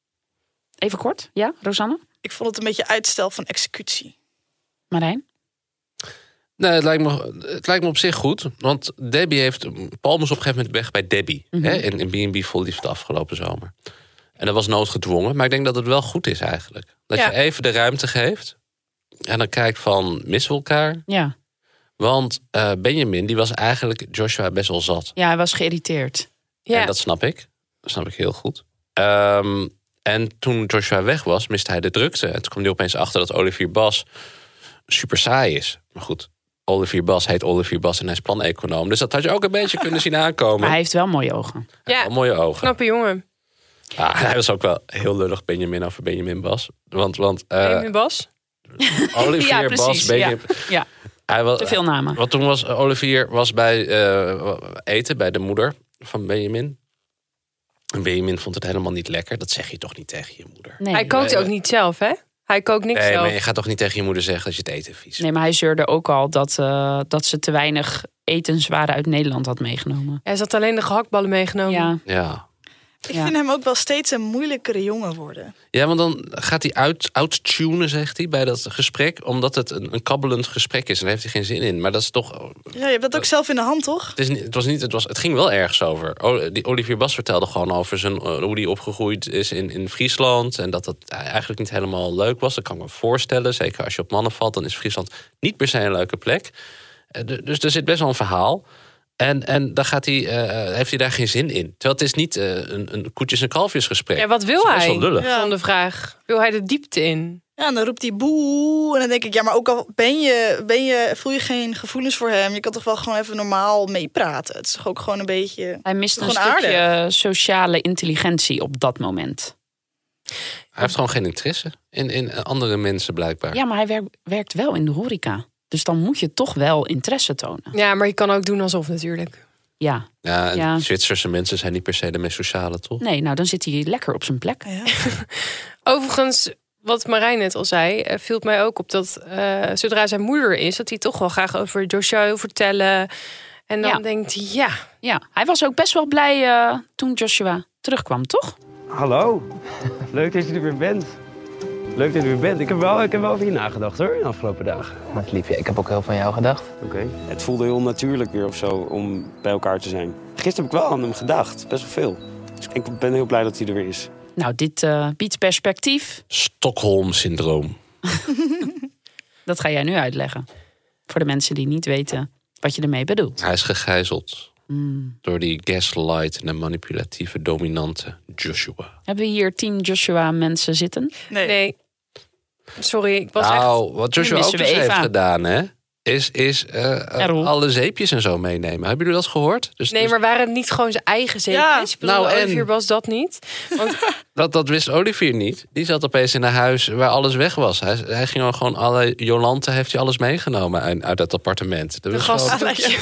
Even kort, ja, Rosanne? Ik vond het een beetje uitstel van executie. Marijn? Nee, het lijkt, me, het lijkt me op zich goed. Want Debbie heeft... Paul moest op een gegeven moment weg bij Debbie. Mm-hmm. Hè, in, in B en B Vol Liefde afgelopen zomer. En dat was noodgedwongen. Maar ik denk dat het wel goed is eigenlijk. Dat ja. je even de ruimte geeft. En dan kijkt van, missen we elkaar? Ja. Want uh, Benjamin, die was eigenlijk Joshua best wel zat. Ja, hij was geïrriteerd. Ja. En dat snap ik. Dat snap ik heel goed. Um, en toen Joshua weg was, miste hij de drukte. En toen kwam hij opeens achter dat Olivier Bas super saai is. Maar goed, Olivier Bas heet Olivier Bas en hij is planeconoom. Dus dat had je ook een beetje kunnen zien aankomen. Maar hij heeft wel mooie ogen. Hij heeft wel mooie ogen. Knappe jongen. Ah, hij was ook wel heel lullig Benjamin over Benjamin Bas. Want, want, uh, Benjamin Bas? Olivier ja, Bas, Benjamin... Ja. ja. Hij was, te veel namen. Want toen was Olivier was bij uh, eten bij de moeder van Benjamin. En Benjamin vond het helemaal niet lekker. Dat zeg je toch niet tegen je moeder? Nee. Hij kookt ook niet zelf, hè? Hij kookt niks nee, zelf. Maar je gaat toch niet tegen je moeder zeggen dat je het eten vies. Nee, maar hij zeurde ook al dat, uh, dat ze te weinig etenswaren uit Nederland had meegenomen. Hij had alleen de gehaktballen meegenomen. Ja. Ja. Ik ja. vind hem ook wel steeds een moeilijkere jongen worden. Ja, want dan gaat hij uit, outtunen, zegt hij, bij dat gesprek. Omdat het een, een kabbelend gesprek is. En daar heeft hij geen zin in. Maar dat is toch... Ja, je hebt dat ook zelf in de hand, toch? Het, is niet, het, was niet, het, was, het ging wel ergens over. Die Olivier Bas vertelde gewoon over zijn, hoe hij opgegroeid is in, in Friesland. En dat dat eigenlijk niet helemaal leuk was. Dat kan ik me voorstellen. Zeker als je op mannen valt, dan is Friesland niet per se een leuke plek. Dus er zit best wel een verhaal. En, en dan gaat hij, uh, heeft hij daar geen zin in. Terwijl het is niet uh, een, een koetjes- en kalfjesgesprek. Ja, wat wil hij? hij? Best wel lullig. Ja. Van de vraag. Wil hij de diepte in? Ja, en dan roept hij boe. En dan denk ik, ja, maar ook al ben je, ben je, voel je geen gevoelens voor hem. Je kan toch wel gewoon even normaal meepraten. Het is toch ook gewoon een beetje... Hij mist een gewoon stukje aardig. sociale intelligentie op dat moment. Hij heeft gewoon geen interesse in, in andere mensen blijkbaar. Ja, maar hij werkt, werkt wel in de horeca. Dus dan moet je toch wel interesse tonen. Ja, maar je kan ook doen alsof natuurlijk. Ja. Ja, en Ja. Zwitserse mensen zijn niet per se de meest sociale, toch? Nee, nou dan zit hij lekker op zijn plek. Ja. Overigens, wat Marijn net al zei, viel het mij ook op dat uh, zodra zijn moeder is, dat hij toch wel graag over Joshua wil vertellen. En dan Ja. denkt hij, ja. Ja, hij was ook best wel blij uh, toen Joshua terugkwam, toch? Hallo, leuk dat je er weer bent. Leuk dat je er weer bent. Ik heb wel, ik heb wel over je nagedacht hoor, de afgelopen dagen. Wat lief, ja, ik heb ook heel van jou gedacht. Oké. Okay. Het voelde heel natuurlijk weer of zo om bij elkaar te zijn. Gisteren heb ik wel aan hem gedacht, best wel veel. Dus ik ben heel blij dat hij er weer is. Nou, dit uh, biedt perspectief. Stockholm-syndroom. Dat ga jij nu uitleggen. Voor de mensen die niet weten wat je ermee bedoelt. Hij is gegijzeld mm. door die gaslight en manipulatieve, dominante Joshua. Hebben we hier team Joshua mensen zitten? Nee. nee. Sorry, ik was nou, echt... wat Joshua ook dus heeft gedaan, hè? Is, is uh, alle zeepjes en zo meenemen. Hebben jullie dat gehoord? Dus, nee, dus... maar waren het niet gewoon zijn eigen zeepjes? Ja. Nou, Olivier en... was dat niet. Want... dat, dat wist Olivier niet. Die zat opeens in een huis waar alles weg was. Hij, hij ging gewoon alle... Jolante heeft hij alles meegenomen uit, uit dat appartement. De gastdoekje.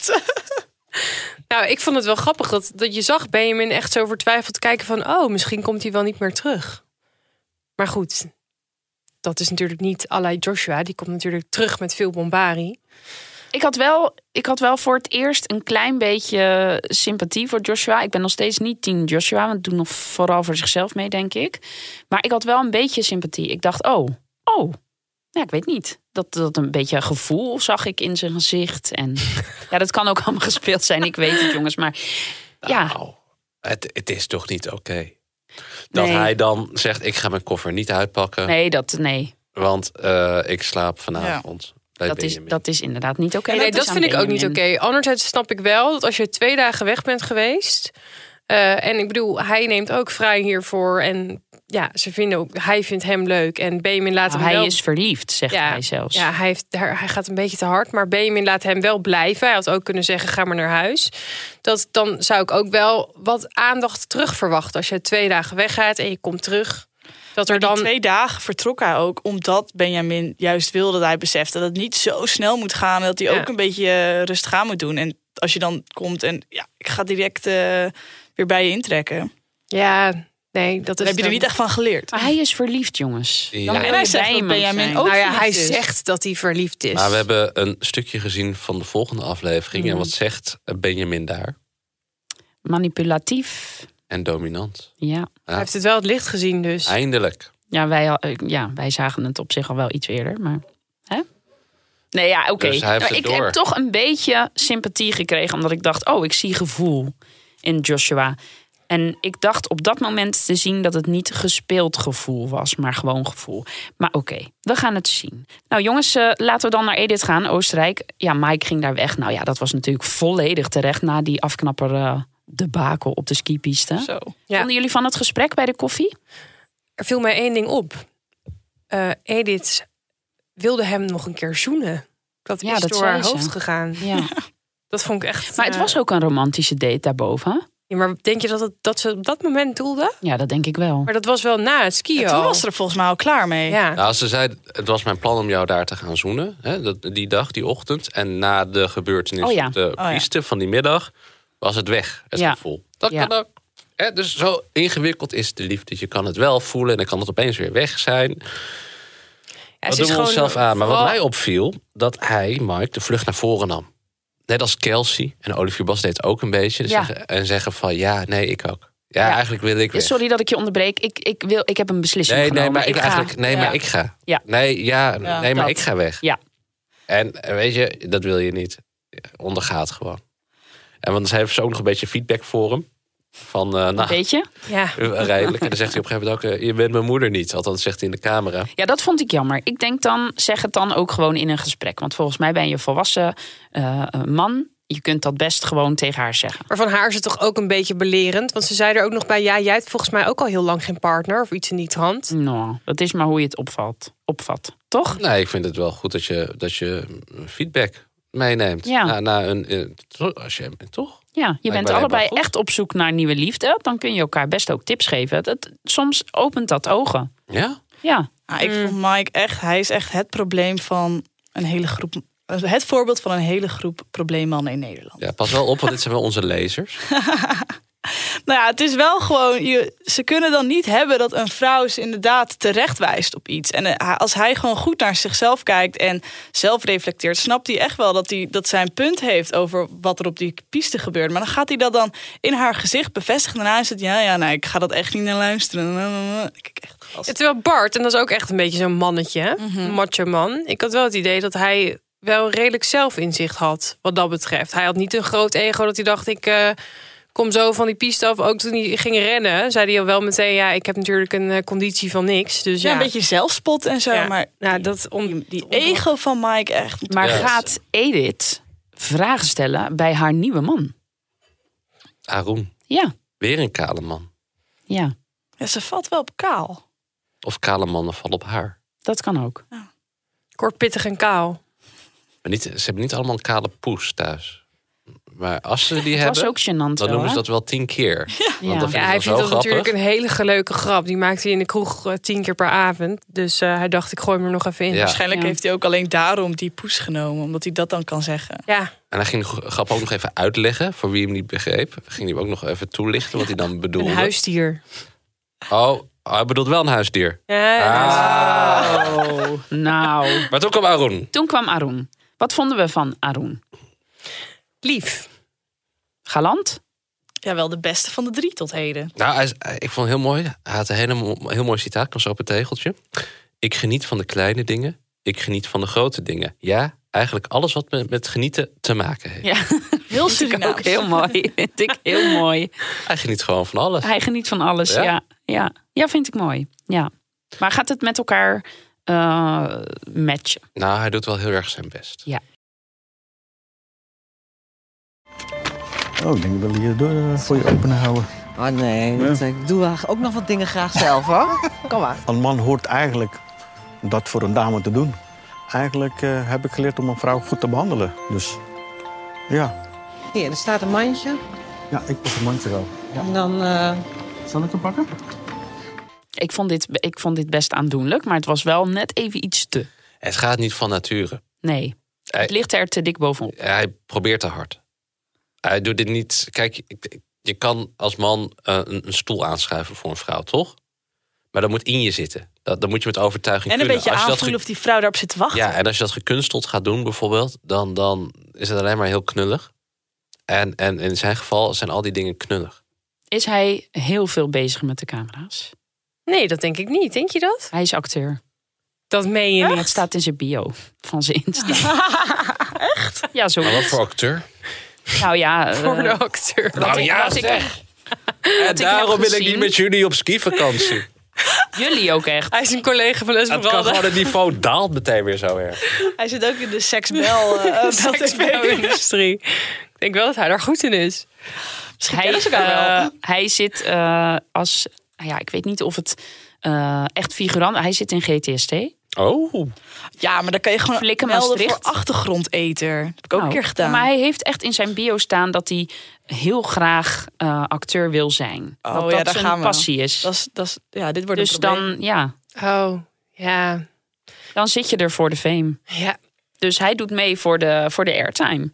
Nou, ik vond het wel grappig dat, dat je zag Benjamin echt zo vertwijfeld kijken van... oh, misschien komt hij wel niet meer terug. Maar goed... Dat is natuurlijk niet à la Joshua. Die komt natuurlijk terug met veel bombarie. Ik had, wel, ik had wel voor het eerst een klein beetje sympathie voor Joshua. Ik ben nog steeds niet team Joshua. Want doet nog vooral voor zichzelf mee, denk ik. Maar ik had wel een beetje sympathie. Ik dacht, oh, oh. Ja, ik weet niet. Dat, dat een beetje gevoel zag ik in zijn gezicht. En ja, dat kan ook allemaal gespeeld zijn. Ik weet het, jongens. Maar ja. Nou, het, het is toch niet oké. Okay. Dat nee. hij dan zegt, ik ga mijn koffer niet uitpakken. Nee, dat nee. Want uh, ik slaap vanavond. Ja. Dat, is, dat is inderdaad niet oké. Okay. Nee, dat, dat vind ik ook niet oké. Okay. Anderzijds snap ik wel dat als je twee dagen weg bent geweest... Uh, en ik bedoel, hij neemt ook vrij hiervoor. En ja, ze vinden ook, hij vindt hem leuk. En Benjamin laat nou, hem hij wel... is verliefd, zegt ja, hij zelfs. Ja, hij, heeft, hij gaat een beetje te hard. Maar Benjamin laat hem wel blijven. Hij had ook kunnen zeggen, ga maar naar huis. Dat, dan zou ik ook wel wat aandacht terug verwachten. Als je twee dagen weggaat en je komt terug... Dat er dan... Die twee dagen vertrok hij ook omdat Benjamin juist wilde dat hij besefte dat het niet zo snel moet gaan. En dat hij ja. ook een beetje rustig aan moet doen. En als je dan komt en ja, ik ga direct uh, weer bij je intrekken. Ja, nee, dat is dan heb je er niet echt van geleerd. Maar hij is verliefd, jongens. Ja. Dan en hij zegt dat Benjamin ook nou ja, hij is. zegt dat hij verliefd is. Maar we hebben een stukje gezien van de volgende aflevering. Mm. En wat zegt Benjamin daar? Manipulatief. En dominant. Ja. ja. Hij heeft het wel het licht gezien dus. Eindelijk. Ja, wij, ja, wij zagen het op zich al wel iets eerder. Maar, hè? Nee, ja, oké. Okay. Dus hij heeft ik door. heb toch een beetje sympathie gekregen. Omdat ik dacht, oh, ik zie gevoel in Joshua. En ik dacht op dat moment te zien dat het niet gespeeld gevoel was. Maar gewoon gevoel. Maar oké, okay, we gaan het zien. Nou jongens, uh, laten we dan naar Edith gaan, Oostenrijk. Ja, Mike ging daar weg. Nou ja, dat was natuurlijk volledig terecht na die afknapper... Uh, debakel op de skipiste. Zo. Ja. Vonden jullie van het gesprek bij de koffie? Er viel mij één ding op. Uh, Edith wilde hem nog een keer zoenen. Dat ja, is dat door haar hoofd ze. gegaan. Ja. Dat vond ik echt... Maar het was ook een romantische date daarboven. Ja, maar denk je dat, het, dat ze op dat moment doelde? Ja, dat denk ik wel. Maar dat was wel na het skiën. Ja, toen was ze er volgens mij al klaar mee. Ja. Nou, ze zei, het was mijn plan om jou daar te gaan zoenen. Hè, dat, die dag, die ochtend. En na de gebeurtenis oh, ja. op de oh, piste ja. van die middag... was het weg, het ja. gevoel. Dat ja. kan ook. Hè, dus zo ingewikkeld is de liefde. Je kan het wel voelen en dan kan het opeens weer weg zijn. Ja, dat doen we onszelf aan. Maar wat mij opviel, dat hij, Mike, de vlucht naar voren nam. Net als Kelsey en Olivier Bas deed ook een beetje. Dus ja. zeggen, en zeggen van, ja, nee, ik ook. Ja, ja. eigenlijk wil ik weg. Sorry dat ik je onderbreek. Ik, ik, wil, ik heb een beslissing nee, genomen. Nee, maar ik, ik eigenlijk, nee, ja. maar ik ga. Ja. Nee, ja, ja, nee, maar dat. ik ga weg. Ja. En weet je, dat wil je niet. Ondergaat gewoon. En want ze heeft ze ook nog een beetje feedback voor hem. Van, uh, nou, weet je? Ja. Redelijk. En dan zegt hij op een gegeven moment ook, uh, je bent mijn moeder niet. Althans zegt hij in de camera. Ja, dat vond ik jammer. Ik denk dan, zeg het dan ook gewoon in een gesprek. Want volgens mij ben je een volwassen uh, man. Je kunt dat best gewoon tegen haar zeggen. Maar van haar is het toch ook een beetje belerend? Want ze zei er ook nog bij, ja, jij hebt volgens mij ook al heel lang geen partner. Of iets in die trant. Nou, dat is maar hoe je het opvalt, opvat. Toch? Nee, ik vind het wel goed dat je, dat je feedback meeneemt. Ja. Na, na een, als je, toch? Ja, je bent allebei echt op zoek naar nieuwe liefde. Dan kun je elkaar best ook tips geven. Dat, soms opent dat ogen. Ja? Ja. Ah, ik vond Mike echt, hij is echt het probleem van een hele groep... Het voorbeeld van een hele groep probleemmannen in Nederland. Ja, pas wel op, want dit zijn wel onze lezers. Nou ja, het is wel gewoon... Je, ze kunnen dan niet hebben dat een vrouw ze inderdaad terecht wijst op iets. En als hij gewoon goed naar zichzelf kijkt en zelf reflecteert... snapt hij echt wel dat hij dat zijn punt heeft over wat er op die piste gebeurt. Maar dan gaat hij dat dan in haar gezicht bevestigen. En daarna is het, ja, ja, nee, ik ga dat echt niet naar luisteren. Kijk, echt, ja, terwijl Bart, en dat is ook echt een beetje zo'n mannetje, hè? Mm-hmm. Macho man. Ik had wel het idee dat hij... wel redelijk zelfinzicht had, wat dat betreft. Hij had niet een groot ego dat hij dacht... ik uh, kom zo van die piste af. Ook toen hij ging rennen, zei hij al wel meteen... ja, ik heb natuurlijk een uh, conditie van niks. Dus ja, ja, een beetje zelfspot en zo. Ja. Maar nou, dat om, die, die ego van Mike echt... Maar ja. gaat Edith vragen stellen bij haar nieuwe man? Arun. Ja. Weer een kale man. Ja. Ja, ze valt wel op kaal. Of kale mannen vallen op haar. Dat kan ook. Ja. Kort, pittig en kaal. Maar niet, ze hebben niet allemaal een kale poes thuis. Maar als ze die het hebben, was ook gênant dan wel, noemen ze hè? dat wel tien keer. Ja, Want dat ja, ja hij vindt dat grappig. natuurlijk een hele leuke grap. Die maakt hij in de kroeg uh, tien keer per avond. Dus uh, hij dacht, ik gooi hem er nog even in. Ja. Waarschijnlijk Ja. heeft hij ook alleen daarom die poes genomen. Omdat hij dat dan kan zeggen. Ja. En hij ging de grap ook nog even uitleggen. Voor wie hem niet begreep. Ging hij ook nog even toelichten wat hij dan bedoelde. Een huisdier. Oh, hij bedoelt wel een huisdier. Ja, oh, nou. Maar toen kwam Arun. Toen kwam Arun. Wat vonden we van Arun? Lief. Galant? Ja, wel de beste van de drie tot heden. Nou, hij, ik vond het heel mooi. Hij had een hele, heel mooi citaat. Ik was op het tegeltje. Ik geniet van de kleine dingen. ik geniet van de grote dingen. Ja, eigenlijk alles wat met, met genieten te maken heeft. Ja, heel Surinaams. Ook heel mooi. Vind ik heel mooi. Hij geniet gewoon van alles. Hij geniet van alles, ja. Ja, ja. ja vind ik mooi. Ja. Maar gaat het met elkaar uh, matchen? Nou, hij doet wel heel erg zijn best. Ja. Oh, ik denk dat we hier door uh, voor je open houden. Oh nee, dat, ja. Ik doe ook nog wat dingen graag zelf, hoor. Kom maar. Een man hoort eigenlijk dat voor een dame te doen. Eigenlijk uh, heb ik geleerd om een vrouw goed te behandelen. Dus, ja. Hier, er staat een mandje. Ja, ik pak een mandje wel. Ja. En dan... Uh... Zal ik hem pakken? Ik vond, dit, ik vond dit best aandoenlijk, maar het was wel net even iets te. Het gaat niet van nature. Nee, hij, het ligt er te dik bovenop. Hij probeert te hard. Hij doet dit niet... Kijk, je kan als man uh, een, een stoel aanschuiven voor een vrouw, toch? Maar dat moet in je zitten. Dat, dat moet je met overtuiging en een kunnen. beetje als je aanvoelen dat of die vrouw daarop zit te wachten. Ja, en als je dat gekunsteld gaat doen bijvoorbeeld... dan, dan is het alleen maar heel knullig. En, en in zijn geval zijn al die dingen knullig. Is hij heel veel bezig met de camera's? Nee, dat denk ik niet. Denk je dat? Hij is acteur. Dat meen je niet. Het staat in zijn bio van zijn Insta. Echt? Ja, zo. Maar wat voor acteur? Nou ja... Uh, voor de acteur. Nou ja, zeg. En daarom wil ik niet met jullie op skivakantie. Jullie ook echt. Hij is een collega van Esmeralda. Het kan gewoon het niveau daalt meteen weer zo erg. Hij zit ook in de seksbel uh, seksbel-industrie. Ik denk wel dat hij daar goed in is. Misschien hij, ze elkaar uh, wel. Hij zit uh, als... Ja, ik weet niet of het uh, echt figurant... Hij zit in G T S T. Oh. Ja, maar dan kan je gewoon Flikken melden Maastricht. voor achtergrondeter. Dat heb ik ook nou, een keer gedaan. Maar hij heeft echt in zijn bio staan dat hij heel graag uh, acteur wil zijn. Oh, dat ja, dat daar zijn gaan we. passie is. Dat is, dat is ja, dit wordt dus een probleem. dan, ja. Oh, ja. Dan zit je er voor de fame. Ja. Dus hij doet mee voor de, voor de airtime.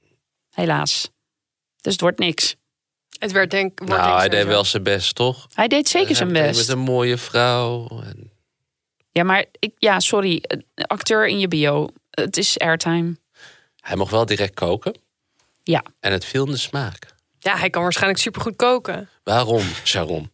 Helaas. Dus het wordt niks. Het werd denk ik... Nou, hij deed wel zijn best, toch? Hij deed zeker hij zijn best. Met een mooie vrouw. En... Ja, maar ik, ja, sorry. Acteur in je bio. Het is airtime. Hij mocht wel direct koken. Ja. En het viel in de smaak. Ja, hij kan waarschijnlijk supergoed koken. Waarom, Sharon?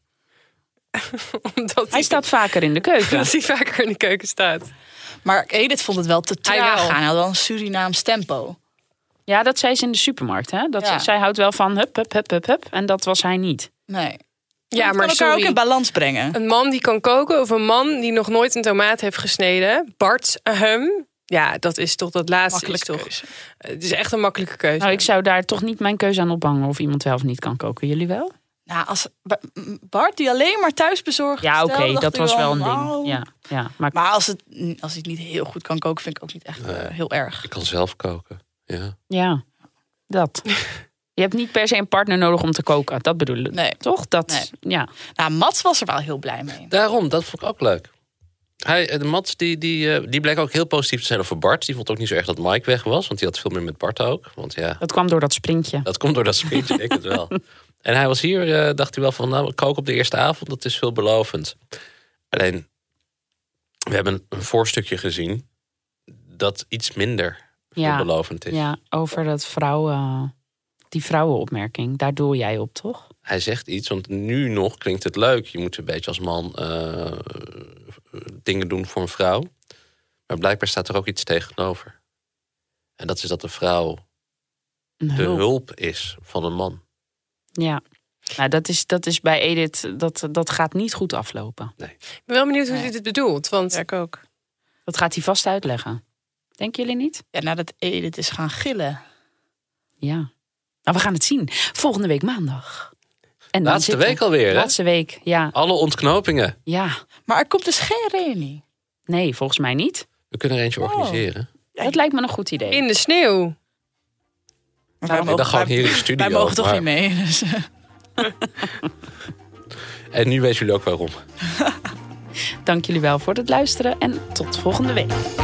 Omdat hij, hij staat vaker in de keuken. Omdat hij vaker in de keuken staat. Maar Edith vond het wel te traag gaan. Hij had wel een Surinaams tempo. Ja, dat zei ze in de supermarkt. Hè? Dat ja. ze, zij houdt wel van hup, hup, hup, hup, hup. En dat was hij niet. Nee. Ja, maar kan elkaar sorry. ook in balans brengen. Een man die kan koken of een man die nog nooit een tomaat heeft gesneden. Bart, ahem. Ja, dat is toch dat laatste. Is toch, het is echt een makkelijke keuze. Nou, ik zou daar toch niet mijn keuze aan ophangen of iemand wel of niet kan koken. Jullie wel? Nou, als Bart die alleen maar thuis bezorgd. Ja, oké, okay, dat was wel een wow. ding. Ja, ja, maar maar als, het, als hij het niet heel goed kan koken, vind ik ook niet echt nee, uh, heel erg. Ik kan zelf koken. Ja, ja dat. Je hebt niet per se een partner nodig om te koken. Dat bedoel ik. Nee. Toch? Dat, nee. ja. Nou, Mats was er wel heel blij mee. Daarom, dat vond ik ook leuk. Hij, de Mats die, die, die bleek ook heel positief te zijn over Bart. Die vond ook niet zo erg dat Mike weg was. Want die had veel meer met Bart ook. Want ja, dat kwam door dat sprintje. Dat komt door dat sprintje, ik het wel. En hij was hier, uh, dacht hij wel van... nou, koken op de eerste avond, dat is veelbelovend. Alleen, we hebben een voorstukje gezien... dat iets minder veelbelovend ja, is. Ja, over dat vrouwen, die vrouwenopmerking. Daar doel jij op, toch? Hij zegt iets, want nu nog klinkt het leuk. Je moet een beetje als man uh, dingen doen voor een vrouw. Maar blijkbaar staat er ook iets tegenover. En dat is dat de vrouw een de hulp. hulp is van een man. Ja, nou, dat, is, dat is bij Edith, dat, dat gaat niet goed aflopen. Nee. Ik ben wel benieuwd hoe hij dit bedoelt. Want ja, ik ook. Dat gaat hij vast uitleggen. Denken jullie niet? Ja, nadat Edith is gaan gillen. Ja. Nou, we gaan het zien. Volgende week maandag. En Laatste week alweer, hè? Laatste week, ja. Alle ontknopingen. Ja. Maar er komt dus geen reunie. Nee, volgens mij niet. We kunnen er eentje oh. organiseren. Ja, dat lijkt me een goed idee. In de sneeuw. Maar nou, wij mogen, gewoon hier in de studio. Wij mogen toch maar... niet mee. Dus. En nu weten jullie ook waarom. Dank jullie wel voor het luisteren en tot volgende week.